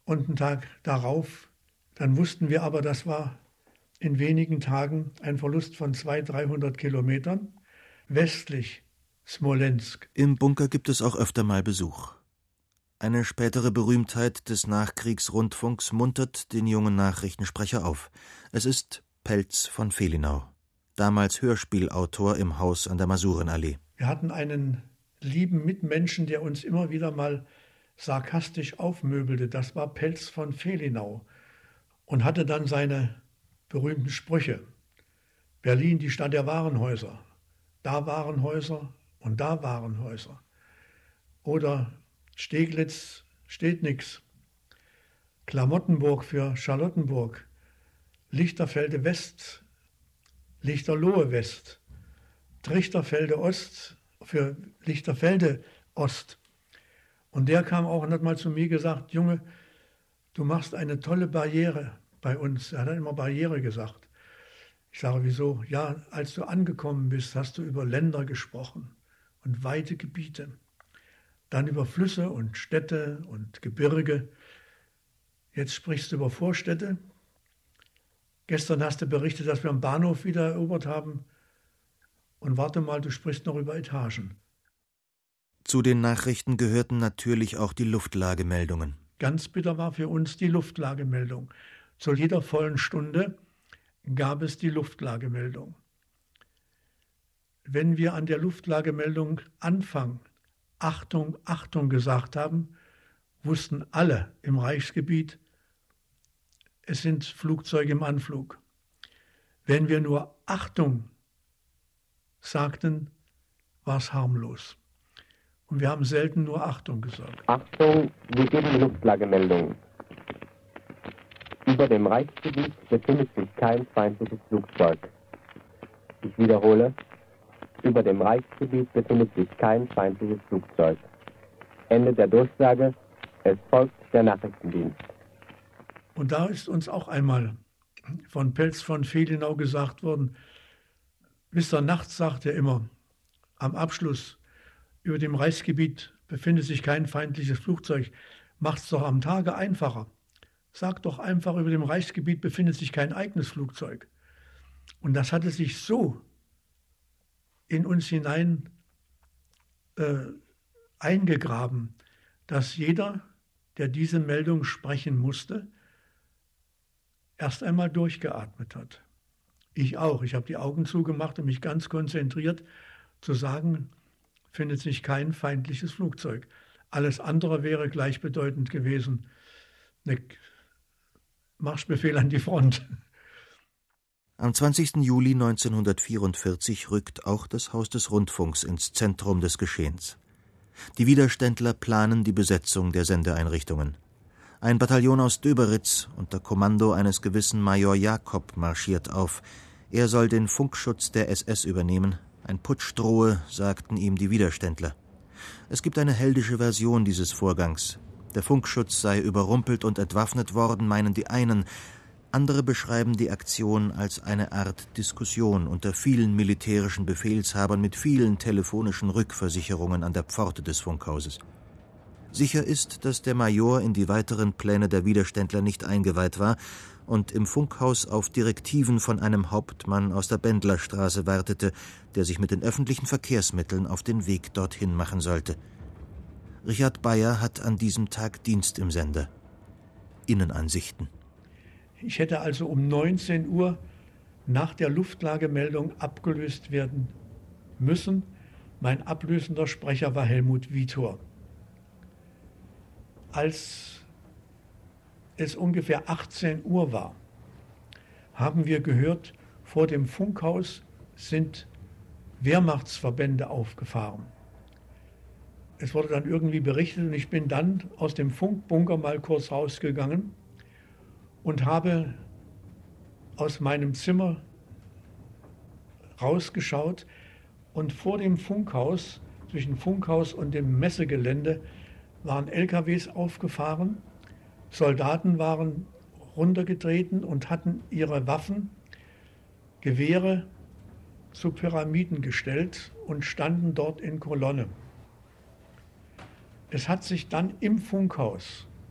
und einen Tag darauf, dann wussten wir aber, das war in wenigen Tagen ein Verlust von zweihundert, dreihundert Kilometern westlich Smolensk. Im Bunker gibt es auch öfter mal Besuch. Eine spätere Berühmtheit des Nachkriegsrundfunks muntert den jungen Nachrichtensprecher auf. Es ist Pelz von Fehlinau, damals Hörspielautor im Haus an der Masurenallee. Wir hatten einen lieben Mitmenschen, der uns immer wieder mal sarkastisch aufmöbelte. Das war Pelz von Fehlinau und hatte dann seine berühmten Sprüche. Berlin, die Stadt der Warenhäuser. Da waren Häuser und da waren Häuser. Oder Steglitz steht nix. Klamottenburg für Charlottenburg. Lichterfelde West, Lichterlohe West. Trichterfelde Ost für Lichterfelde Ost. Und der kam auch und hat mal zu mir gesagt, Junge, du machst eine tolle Barriere bei uns. Er hat immer Barriere gesagt. Ich sage, wieso? Ja, als du angekommen bist, hast du über Länder gesprochen und weite Gebiete. Dann über Flüsse und Städte und Gebirge. Jetzt sprichst du über Vorstädte. Gestern hast du berichtet, dass wir am Bahnhof wieder erobert haben. Und warte mal, du sprichst noch über Etagen. Zu den Nachrichten gehörten natürlich auch die Luftlagemeldungen. Ganz bitter war für uns die Luftlagemeldung. Zu jeder vollen Stunde gab es die Luftlagemeldung. Wenn wir an der Luftlagemeldung Anfang Achtung, Achtung gesagt haben, wussten alle im Reichsgebiet, es sind Flugzeuge im Anflug. Wenn wir nur Achtung sagten, war es harmlos. Und wir haben selten nur Achtung gesagt. Achtung, wir geben die Luftlagemeldung. Über dem Reichsgebiet befindet sich kein feindliches Flugzeug. Ich wiederhole, über dem Reichsgebiet befindet sich kein feindliches Flugzeug. Ende der Durchsage, es folgt der Nachrichtendienst. Und da ist uns auch einmal von Pelz von Fehlinau gesagt worden, wisst ihr, nachts sagt er immer, am Abschluss, über dem Reichsgebiet befindet sich kein feindliches Flugzeug, macht's doch am Tage einfacher. Sagt doch einfach, über dem Reichsgebiet befindet sich kein eigenes Flugzeug. Und das hatte sich so in uns hinein äh, eingegraben, dass jeder, der diese Meldung sprechen musste, erst einmal durchgeatmet hat. Ich auch. Ich habe die Augen zugemacht und mich ganz konzentriert zu sagen, findet sich kein feindliches Flugzeug. Alles andere wäre gleichbedeutend gewesen. Ne Marschbefehl an die Front. Am zwanzigsten Juli neunzehnhundertvierundvierzig rückt auch das Haus des Rundfunks ins Zentrum des Geschehens. Die Widerständler planen die Besetzung der Sendeeinrichtungen. Ein Bataillon aus Döberitz unter Kommando eines gewissen Major Jakob marschiert auf. Er soll den Funkschutz der S S übernehmen. Ein Putsch drohe, sagten ihm die Widerständler. Es gibt eine heldische Version dieses Vorgangs. Der Funkschutz sei überrumpelt und entwaffnet worden, meinen die einen. Andere beschreiben die Aktion als eine Art Diskussion unter vielen militärischen Befehlshabern mit vielen telefonischen Rückversicherungen an der Pforte des Funkhauses. Sicher ist, dass der Major in die weiteren Pläne der Widerständler nicht eingeweiht war und im Funkhaus auf Direktiven von einem Hauptmann aus der Bendlerstraße wartete, der sich mit den öffentlichen Verkehrsmitteln auf den Weg dorthin machen sollte. Richard Bayer hat an diesem Tag Dienst im Sender. Innenansichten. Ich hätte also um neunzehn Uhr nach der Luftlagemeldung abgelöst werden müssen. Mein ablösender Sprecher war Helmut Vitor. Als es ungefähr achtzehn Uhr war, haben wir gehört, vor dem Funkhaus sind Wehrmachtsverbände aufgefahren. Es wurde dann irgendwie berichtet und ich bin dann aus dem Funkbunker mal kurz rausgegangen und habe aus meinem Zimmer rausgeschaut und vor dem Funkhaus, zwischen Funkhaus und dem Messegelände, waren L K Ws aufgefahren, Soldaten waren runtergetreten und hatten ihre Waffen, Gewehre zu Pyramiden gestellt und standen dort in Kolonne. Es hat sich dann im Funkhaus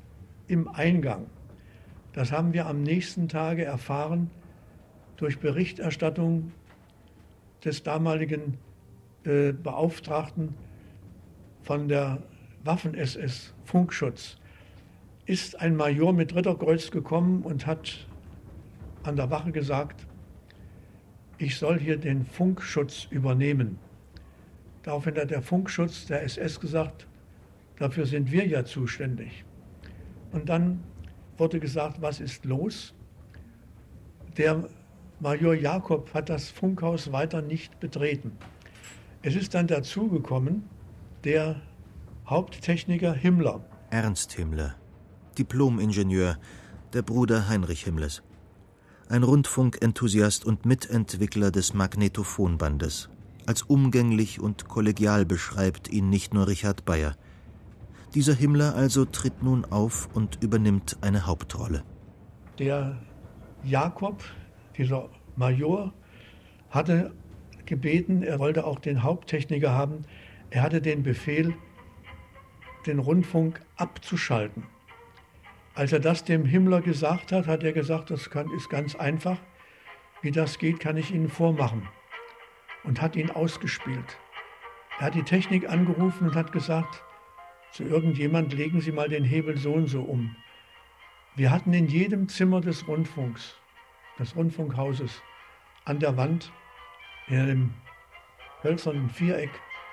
im Eingang. Das haben wir am nächsten Tage erfahren durch Berichterstattung des damaligen äh, Beauftragten von der Waffen-S S, Funkschutz. Ist ein Major mit Ritterkreuz gekommen und hat an der Wache gesagt, ich soll hier den Funkschutz übernehmen. Daraufhin hat der Funkschutz der S S gesagt, dafür sind wir ja zuständig. Und dann wurde gesagt, was ist los? Der Major Jakob hat das Funkhaus weiter nicht betreten. Es ist dann dazugekommen, der Haupttechniker Himmler. Ernst Himmler, Diplom-Ingenieur, der Bruder Heinrich Himmlers. Ein Rundfunkenthusiast und Mitentwickler des Magnetophonbandes. Als umgänglich und kollegial beschreibt ihn nicht nur Richard Beyer. Dieser Himmler also tritt nun auf und übernimmt eine Hauptrolle. Der Jakob, dieser Major, hatte gebeten, er wollte auch den Haupttechniker haben, er hatte den Befehl, den Rundfunk abzuschalten. Als er das dem Himmler gesagt hat, hat er gesagt, das kann, ist ganz einfach. Wie das geht, kann ich Ihnen vormachen. Und hat ihn ausgespielt. Er hat die Technik angerufen und hat gesagt, zu irgendjemand, legen Sie mal den Hebel so und so um. Wir hatten in jedem Zimmer des Rundfunks, des Rundfunkhauses, an der Wand, in einem hölzernen Viereck,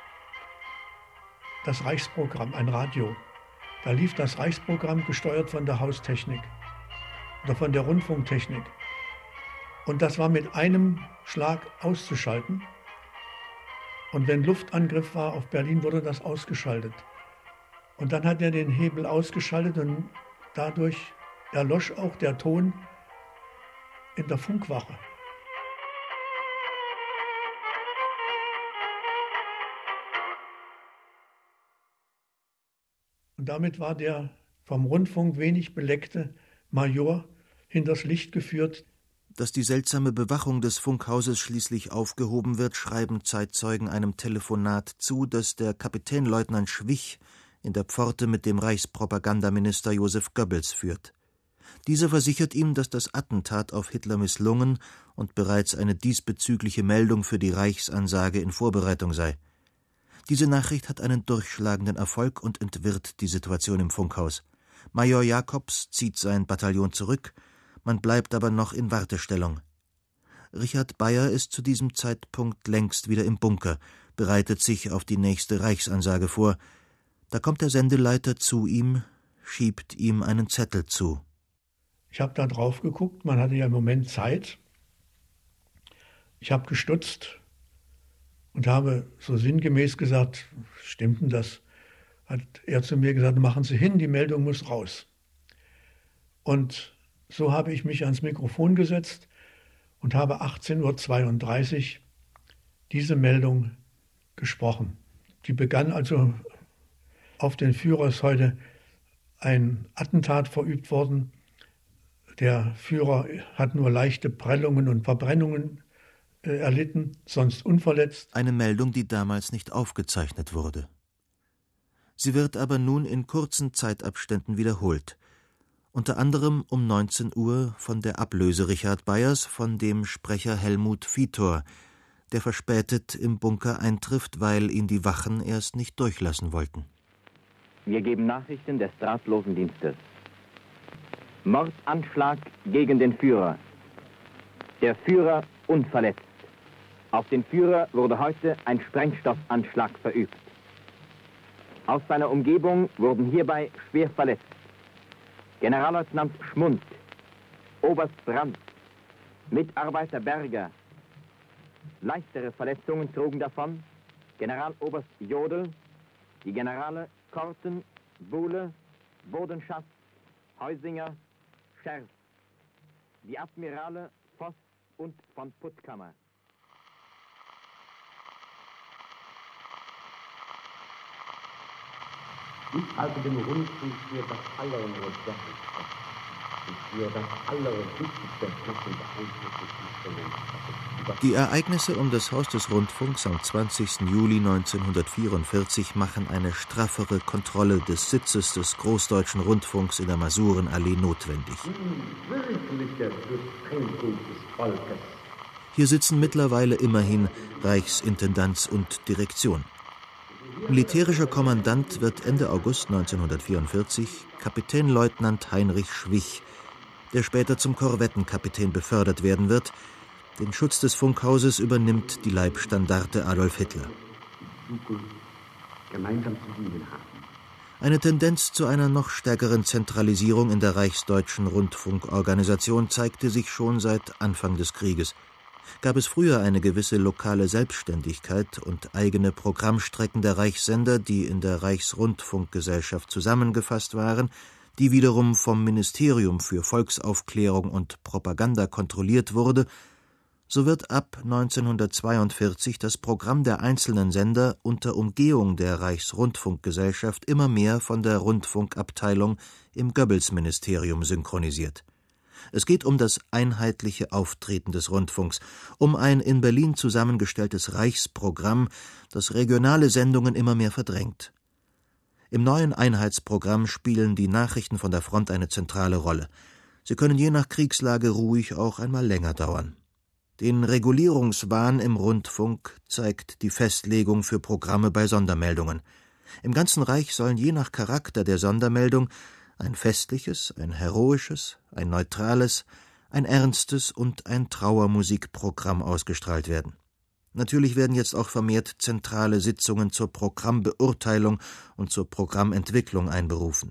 das Reichsprogramm, ein Radio. Da lief das Reichsprogramm gesteuert von der Haustechnik oder von der Rundfunktechnik. Und das war mit einem Schlag auszuschalten. Und wenn Luftangriff war auf Berlin, wurde das ausgeschaltet. Und dann hat er den Hebel ausgeschaltet und dadurch erlosch auch der Ton in der Funkwache. Und damit war der vom Rundfunk wenig beleckte Major hinters Licht geführt. Dass die seltsame Bewachung des Funkhauses schließlich aufgehoben wird, schreiben Zeitzeugen einem Telefonat zu, das der Kapitänleutnant Schwich in der Pforte mit dem Reichspropagandaminister Josef Goebbels führt. Dieser versichert ihm, dass das Attentat auf Hitler misslungen und bereits eine diesbezügliche Meldung für die Reichsansage in Vorbereitung sei. Diese Nachricht hat einen durchschlagenden Erfolg und entwirrt die Situation im Funkhaus. Major Jakobs zieht sein Bataillon zurück, man bleibt aber noch in Wartestellung. Richard Beyer ist zu diesem Zeitpunkt längst wieder im Bunker, bereitet sich auf die nächste Reichsansage vor. Da kommt der Sendeleiter zu ihm, schiebt ihm einen Zettel zu. Ich habe da drauf geguckt, man hatte ja im Moment Zeit. Ich habe gestutzt und habe so sinngemäß gesagt, stimmt denn das? Hat er zu mir gesagt, machen Sie hin, die Meldung muss raus. Und so habe ich mich ans Mikrofon gesetzt und habe achtzehn Uhr zweiunddreißig diese Meldung gesprochen. Die begann also, auf den Führer ist heute ein Attentat verübt worden. Der Führer hat nur leichte Prellungen und Verbrennungen äh, erlitten, sonst unverletzt. Eine Meldung, die damals nicht aufgezeichnet wurde. Sie wird aber nun in kurzen Zeitabständen wiederholt. Unter anderem um neunzehn Uhr von der Ablöse Richard Beyers von dem Sprecher Helmut Vitor, der verspätet im Bunker eintrifft, weil ihn die Wachen erst nicht durchlassen wollten. Wir geben Nachrichten des drahtlosen Dienstes. Mordanschlag gegen den Führer. Der Führer unverletzt. Auf den Führer wurde heute ein Sprengstoffanschlag verübt. Aus seiner Umgebung wurden hierbei schwer verletzt Generalleutnant Schmund, Oberst Brandt, Mitarbeiter Berger. Leichtere Verletzungen trugen davon Generaloberst Jodl, die Generale Korten, Buhle, Bodenschaft, Heusinger, Scherf, die Admirale Voss und von Puttkammer. Ich halte den Rundfunk für das allernotwendigste. und für das allerwichtigste Klassen beeinflussendes Instrument. Die Ereignisse um das Haus des Rundfunks am zwanzigsten Juli neunzehnhundertvierundvierzig machen eine straffere Kontrolle des Sitzes des Großdeutschen Rundfunks in der Masurenallee notwendig. Die wirkliche Durchtränkung des Volkes. Hier sitzen mittlerweile immerhin Reichsintendanz und Direktion. Militärischer Kommandant wird Ende August neunzehnhundertvierundvierzig Kapitänleutnant Heinrich Schwich, der später zum Korvettenkapitän befördert werden wird. Den Schutz des Funkhauses übernimmt die Leibstandarte Adolf Hitler. Gemeinsam zu dienen haben. Eine Tendenz zu einer noch stärkeren Zentralisierung in der reichsdeutschen Rundfunkorganisation zeigte sich schon seit Anfang des Krieges. Gab es früher eine gewisse lokale Selbstständigkeit und eigene Programmstrecken der Reichssender, die in der Reichsrundfunkgesellschaft zusammengefasst waren, die wiederum vom Ministerium für Volksaufklärung und Propaganda kontrolliert wurde, so wird ab neunzehnhundertzweiundvierzig das Programm der einzelnen Sender unter Umgehung der Reichsrundfunkgesellschaft immer mehr von der Rundfunkabteilung im Goebbels-Ministerium synchronisiert. Es geht um das einheitliche Auftreten des Rundfunks, um ein in Berlin zusammengestelltes Reichsprogramm, das regionale Sendungen immer mehr verdrängt. Im neuen Einheitsprogramm spielen die Nachrichten von der Front eine zentrale Rolle. Sie können je nach Kriegslage ruhig auch einmal länger dauern. Den Regulierungswahn im Rundfunk zeigt die Festlegung für Programme bei Sondermeldungen. Im ganzen Reich sollen je nach Charakter der Sondermeldung ein festliches, ein heroisches, ein neutrales, ein ernstes und ein Trauermusikprogramm ausgestrahlt werden. Natürlich werden jetzt auch vermehrt zentrale Sitzungen zur Programmbeurteilung und zur Programmentwicklung einberufen.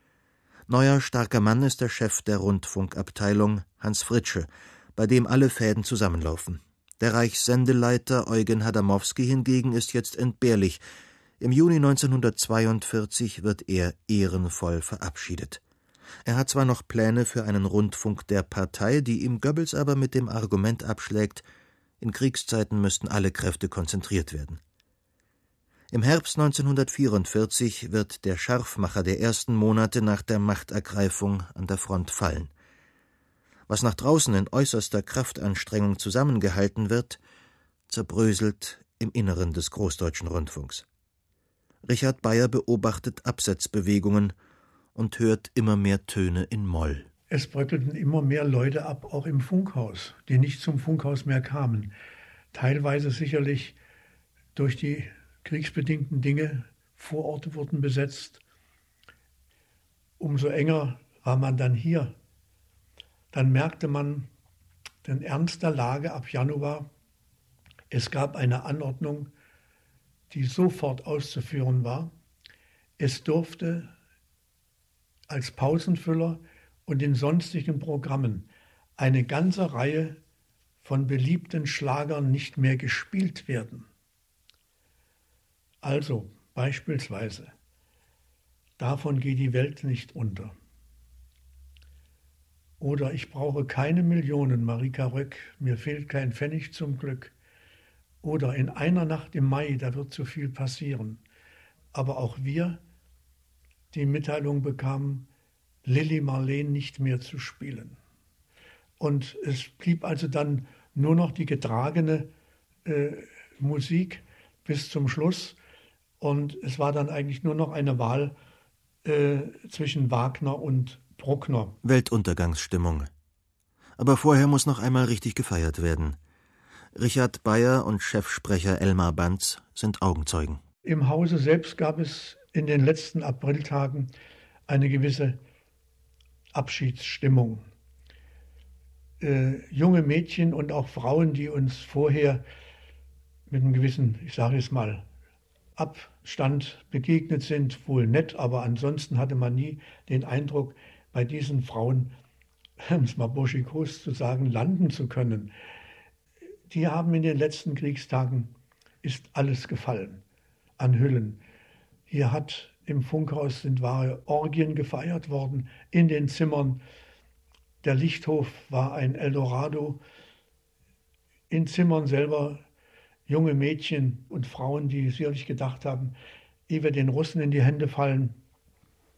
Neuer starker Mann ist der Chef der Rundfunkabteilung, Hans Fritzsche, bei dem alle Fäden zusammenlaufen. Der Reichssendeleiter Eugen Hadamowski hingegen ist jetzt entbehrlich. Im Juni neunzehnhundertzweiundvierzig wird er ehrenvoll verabschiedet. Er hat zwar noch Pläne für einen Rundfunk der Partei, die ihm Goebbels aber mit dem Argument abschlägt, in Kriegszeiten müssten alle Kräfte konzentriert werden. Im Herbst neunzehnhundertvierundvierzig wird der Scharfmacher der ersten Monate nach der Machtergreifung an der Front fallen. Was nach draußen in äußerster Kraftanstrengung zusammengehalten wird, zerbröselt im Inneren des Großdeutschen Rundfunks. Richard Bayer beobachtet Absetzbewegungen und hört immer mehr Töne in Moll. Es bröckelten immer mehr Leute ab, auch im Funkhaus, die nicht zum Funkhaus mehr kamen. Teilweise sicherlich durch die kriegsbedingten Dinge. Vororte wurden besetzt. Umso enger war man dann hier. Dann merkte man den Ernst der Lage ab Januar. Es gab eine Anordnung, die sofort auszuführen war. Es durfte als Pausenfüller und in sonstigen Programmen eine ganze Reihe von beliebten Schlagern nicht mehr gespielt werden. Also beispielsweise, davon geht die Welt nicht unter. Oder ich brauche keine Millionen, Marika Röck, mir fehlt kein Pfennig zum Glück. Oder in einer Nacht im Mai, da wird so viel passieren. Aber auch wir die Mitteilung bekamen, Lili Marleen nicht mehr zu spielen. Und es blieb also dann nur noch die getragene äh, Musik bis zum Schluss. Und es war dann eigentlich nur noch eine Wahl äh, zwischen Wagner und Bruckner. Weltuntergangsstimmung. Aber vorher muss noch einmal richtig gefeiert werden. Richard Bayer und Chefsprecher Elmar Banz sind Augenzeugen. Im Hause selbst gab es in den letzten Apriltagen eine gewisse Abschiedsstimmung. Äh, junge Mädchen und auch Frauen, die uns vorher mit einem gewissen, ich sage es mal, Abstand begegnet sind, wohl nett, aber ansonsten hatte man nie den Eindruck, bei diesen Frauen, um es mal burschikos zu sagen, landen zu können. Die haben in den letzten Kriegstagen, ist alles gefallen an Hüllen. Hier hat im Funkhaus sind wahre Orgien gefeiert worden, in den Zimmern. Der Lichthof war ein Eldorado. In Zimmern selber junge Mädchen und Frauen, die sicherlich gedacht haben, ehe wir den Russen in die Hände fallen,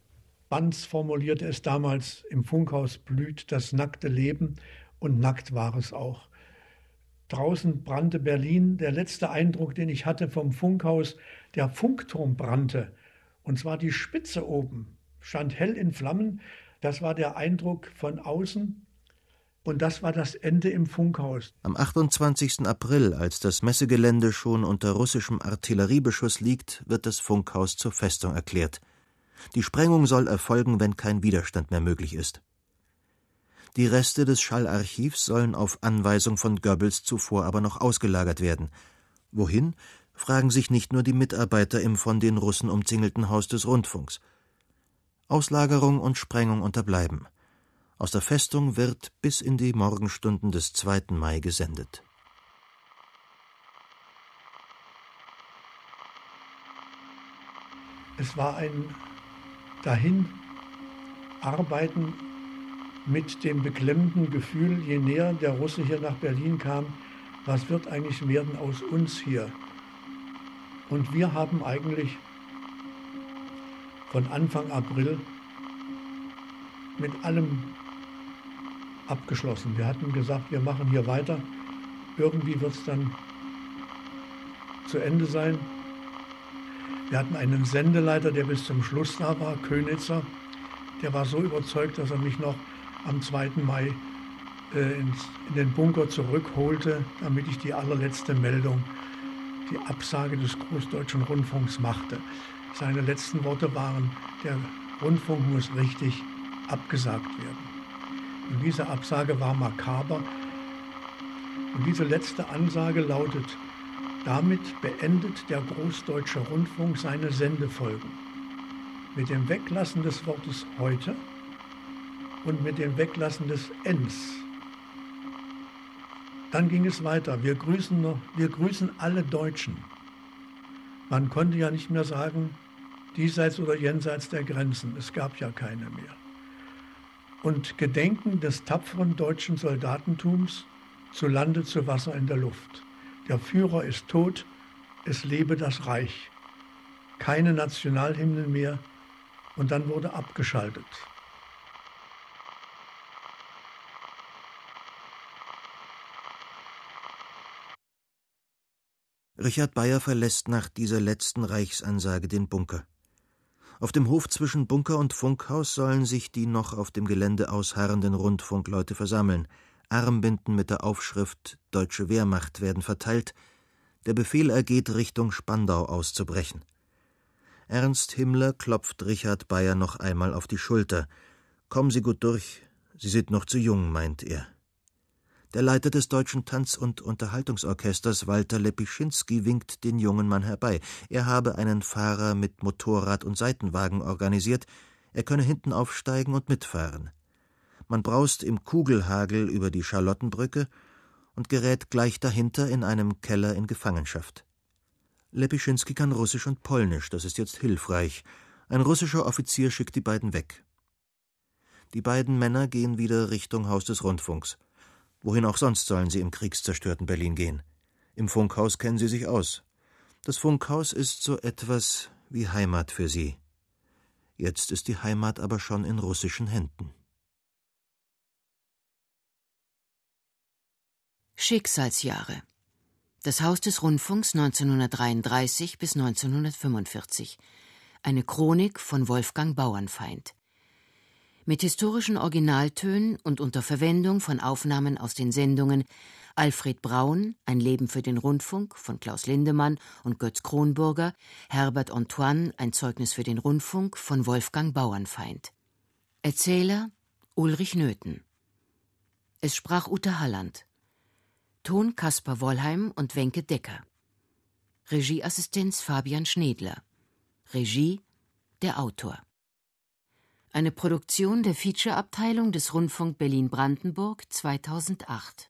Banz formulierte es damals: Im Funkhaus blüht das nackte Leben, und nackt war es auch. Draußen brannte Berlin. Der letzte Eindruck, den ich hatte vom Funkhaus, der Funkturm brannte. Und zwar die Spitze oben stand hell in Flammen. Das war der Eindruck von außen. Und das war das Ende im Funkhaus. Am achtundzwanzigsten April, als das Messegelände schon unter russischem Artilleriebeschuss liegt, wird das Funkhaus zur Festung erklärt. Die Sprengung soll erfolgen, wenn kein Widerstand mehr möglich ist. Die Reste des Schallarchivs sollen auf Anweisung von Goebbels zuvor aber noch ausgelagert werden. Wohin, fragen sich nicht nur die Mitarbeiter im von den Russen umzingelten Haus des Rundfunks. Auslagerung und Sprengung unterbleiben. Aus der Festung wird bis in die Morgenstunden des zweiten Mai gesendet. Es war ein Dahinarbeiten mit dem beklemmenden Gefühl, je näher der Russe hier nach Berlin kam, was wird eigentlich werden aus uns hier? Und wir haben eigentlich von Anfang April mit allem abgeschlossen. Wir hatten gesagt, wir machen hier weiter. Irgendwie wird es dann zu Ende sein. Wir hatten einen Sendeleiter, der bis zum Schluss da war, Könitzer. Der war so überzeugt, dass er mich noch am zweiten Mai äh, ins, in den Bunker zurückholte, damit ich die allerletzte Meldung, die Absage des Großdeutschen Rundfunks machte. Seine letzten Worte waren: Der Rundfunk muss richtig abgesagt werden. Und diese Absage war makaber. Und diese letzte Ansage lautet: Damit beendet der Großdeutsche Rundfunk seine Sendefolgen. Mit dem Weglassen des Wortes heute und mit dem Weglassen des Ens. Dann ging es weiter. Wir grüßen, wir grüßen alle Deutschen. Man konnte ja nicht mehr sagen, diesseits oder jenseits der Grenzen. Es gab ja keine mehr. Und gedenken des tapferen deutschen Soldatentums zu Lande, zu Wasser, in der Luft. Der Führer ist tot, es lebe das Reich. Keine Nationalhymnen mehr, und dann wurde abgeschaltet. Richard Beyer verlässt nach dieser letzten Reichsansage den Bunker. Auf dem Hof zwischen Bunker und Funkhaus sollen sich die noch auf dem Gelände ausharrenden Rundfunkleute versammeln. Armbinden mit der Aufschrift »Deutsche Wehrmacht« werden verteilt. Der Befehl ergeht, Richtung Spandau auszubrechen. Ernst Himmler klopft Richard Beyer noch einmal auf die Schulter. »Kommen Sie gut durch, Sie sind noch zu jung«, meint er. Der Leiter des Deutschen Tanz- und Unterhaltungsorchesters, Walter Lepischinski, winkt den jungen Mann herbei. Er habe einen Fahrer mit Motorrad und Seitenwagen organisiert. Er könne hinten aufsteigen und mitfahren. Man braust im Kugelhagel über die Charlottenbrücke und gerät gleich dahinter in einem Keller in Gefangenschaft. Lepischinski kann Russisch und Polnisch, das ist jetzt hilfreich. Ein russischer Offizier schickt die beiden weg. Die beiden Männer gehen wieder Richtung Haus des Rundfunks. Wohin auch sonst sollen sie im kriegszerstörten Berlin gehen? Im Funkhaus kennen sie sich aus. Das Funkhaus ist so etwas wie Heimat für sie. Jetzt ist die Heimat aber schon in russischen Händen. Schicksalsjahre. Das Haus des Rundfunks neunzehnhundertdreiunddreißig bis neunzehnhundertfünfundvierzig. Eine Chronik von Wolfgang Bauernfeind. Mit historischen Originaltönen und unter Verwendung von Aufnahmen aus den Sendungen Alfred Braun, Ein Leben für den Rundfunk von Klaus Lindemann und Götz Kronburger, Herbert Antoine, Ein Zeugnis für den Rundfunk von Wolfgang Bauernfeind. Erzähler Ulrich Nöthen. Es sprach Uta Halland. Ton Kaspar Wollheim und Wenke Decker. Regieassistenz Fabian Schnedler. Regie der Autor. Eine Produktion der Feature-Abteilung des Rundfunk Berlin-Brandenburg zweitausendacht.